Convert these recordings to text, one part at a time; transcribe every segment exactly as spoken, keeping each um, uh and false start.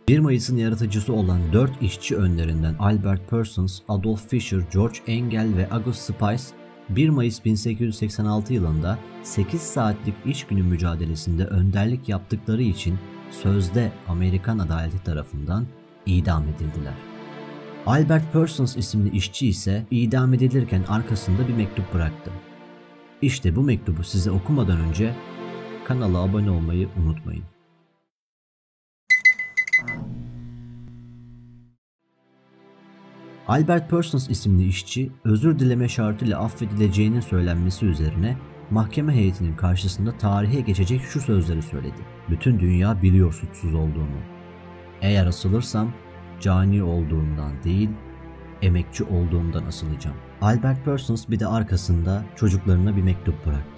bir Mayıs'ın yaratıcısı olan dört işçi önlerinden Albert Parsons, Adolf Fischer, George Engel ve August Spice, bir Mayıs bin sekiz yüz seksen altı yılında sekiz saatlik iş günü mücadelesinde önderlik yaptıkları için sözde Amerikan adaleti tarafından idam edildiler. Albert Parsons isimli işçi ise idam edilirken arkasında bir mektup bıraktı. İşte bu mektubu size okumadan önce kanala abone olmayı unutmayın. Albert Parsons isimli işçi, özür dileme şartıyla affedileceğinin söylenmesi üzerine mahkeme heyetinin karşısında tarihe geçecek şu sözleri söyledi. Bütün dünya biliyor suçsuz olduğumu. Eğer asılırsam cani olduğumdan değil, emekçi olduğumdan asılacağım. Albert Parsons bir de arkasında çocuklarına bir mektup bıraktı.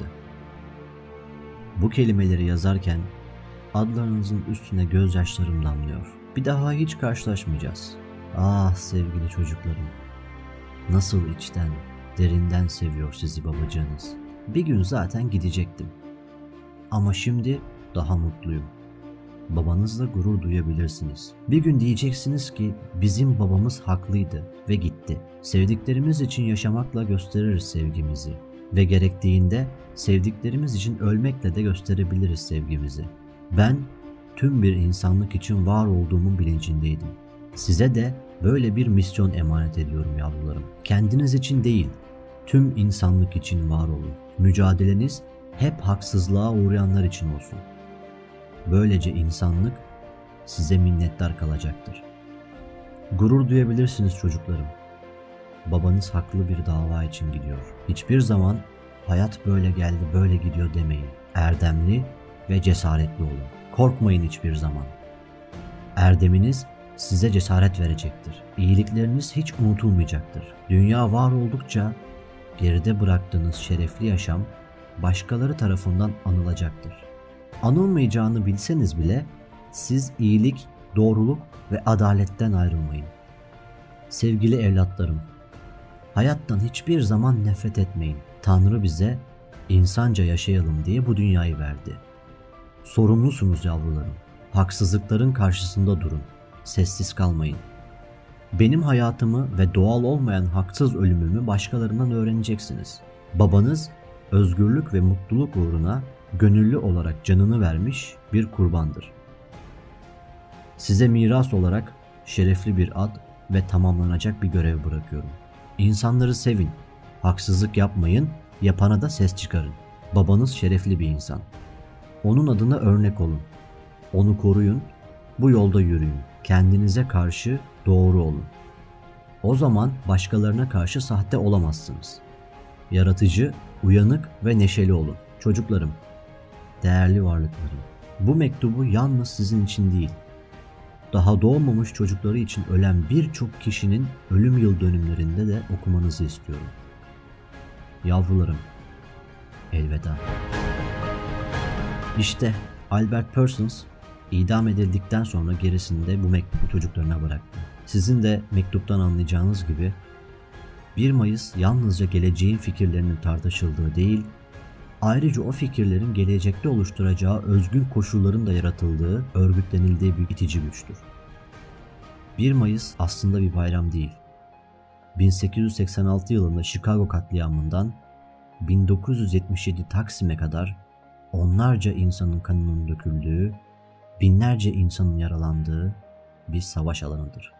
Bu kelimeleri yazarken adlarınızın üstüne gözyaşlarım damlıyor. Bir daha hiç karşılaşmayacağız. Ah sevgili çocuklarım, nasıl içten, derinden seviyor sizi babacığınız. Bir gün zaten gidecektim. Ama şimdi daha mutluyum. Babanızla gurur duyabilirsiniz. Bir gün diyeceksiniz ki bizim babamız haklıydı ve gitti. Sevdiklerimiz için yaşamakla gösteririz sevgimizi. Ve gerektiğinde sevdiklerimiz için ölmekle de gösterebiliriz sevgimizi. Ben tüm bir insanlık için var olduğumun bilincindeydim. Size de böyle bir misyon emanet ediyorum yavrularım. Kendiniz için değil, tüm insanlık için var olun. Mücadeleniz hep haksızlığa uğrayanlar için olsun. Böylece insanlık size minnettar kalacaktır. Gurur duyabilirsiniz çocuklarım. Babanız haklı bir dava için gidiyor. Hiçbir zaman hayat böyle geldi böyle gidiyor demeyin. Erdemli ve cesaretli olun. Korkmayın hiçbir zaman. Erdeminiz size cesaret verecektir. İyilikleriniz hiç unutulmayacaktır. Dünya var oldukça geride bıraktığınız şerefli yaşam başkaları tarafından anılacaktır. Anılmayacağını bilseniz bile siz iyilik, doğruluk ve adaletten ayrılmayın. Sevgili evlatlarım, hayattan hiçbir zaman nefret etmeyin. Tanrı bize insanca yaşayalım diye bu dünyayı verdi. Sorumlusunuz yavrularım. Haksızlıkların karşısında durun. Sessiz kalmayın. Benim hayatımı ve doğal olmayan haksız ölümümü başkalarından öğreneceksiniz. Babanız özgürlük ve mutluluk uğruna gönüllü olarak canını vermiş bir kurbandır. Size miras olarak şerefli bir ad ve tamamlanacak bir görev bırakıyorum. İnsanları sevin, haksızlık yapmayın, yapana da ses çıkarın. Babanız şerefli bir insan. Onun adına örnek olun. Onu koruyun, bu yolda yürüyün. Kendinize karşı doğru olun. O zaman başkalarına karşı sahte olamazsınız. Yaratıcı, uyanık ve neşeli olun. Çocuklarım, değerli varlıklarım, bu mektubu yalnız sizin için değil, daha doğmamış çocukları için ölen birçok kişinin ölüm yıl dönümlerinde de okumanızı istiyorum. Yavrularım, elveda. İşte Albert Parsons idam edildikten sonra gerisinde bu mektubu çocuklarına bıraktı. Sizin de mektuptan anlayacağınız gibi bir Mayıs yalnızca geleceğin fikirlerinin tartışıldığı değil, ayrıca o fikirlerin gelecekte oluşturacağı özgün koşulların da yaratıldığı, örgütlenildiği bir itici güçtür. bir Mayıs aslında bir bayram değil. bin sekiz yüz seksen altı yılında Chicago katliamından bin dokuz yüz yetmiş yedi Taksim'e kadar onlarca insanın kanının döküldüğü, binlerce insanın yaralandığı bir savaş alanıdır.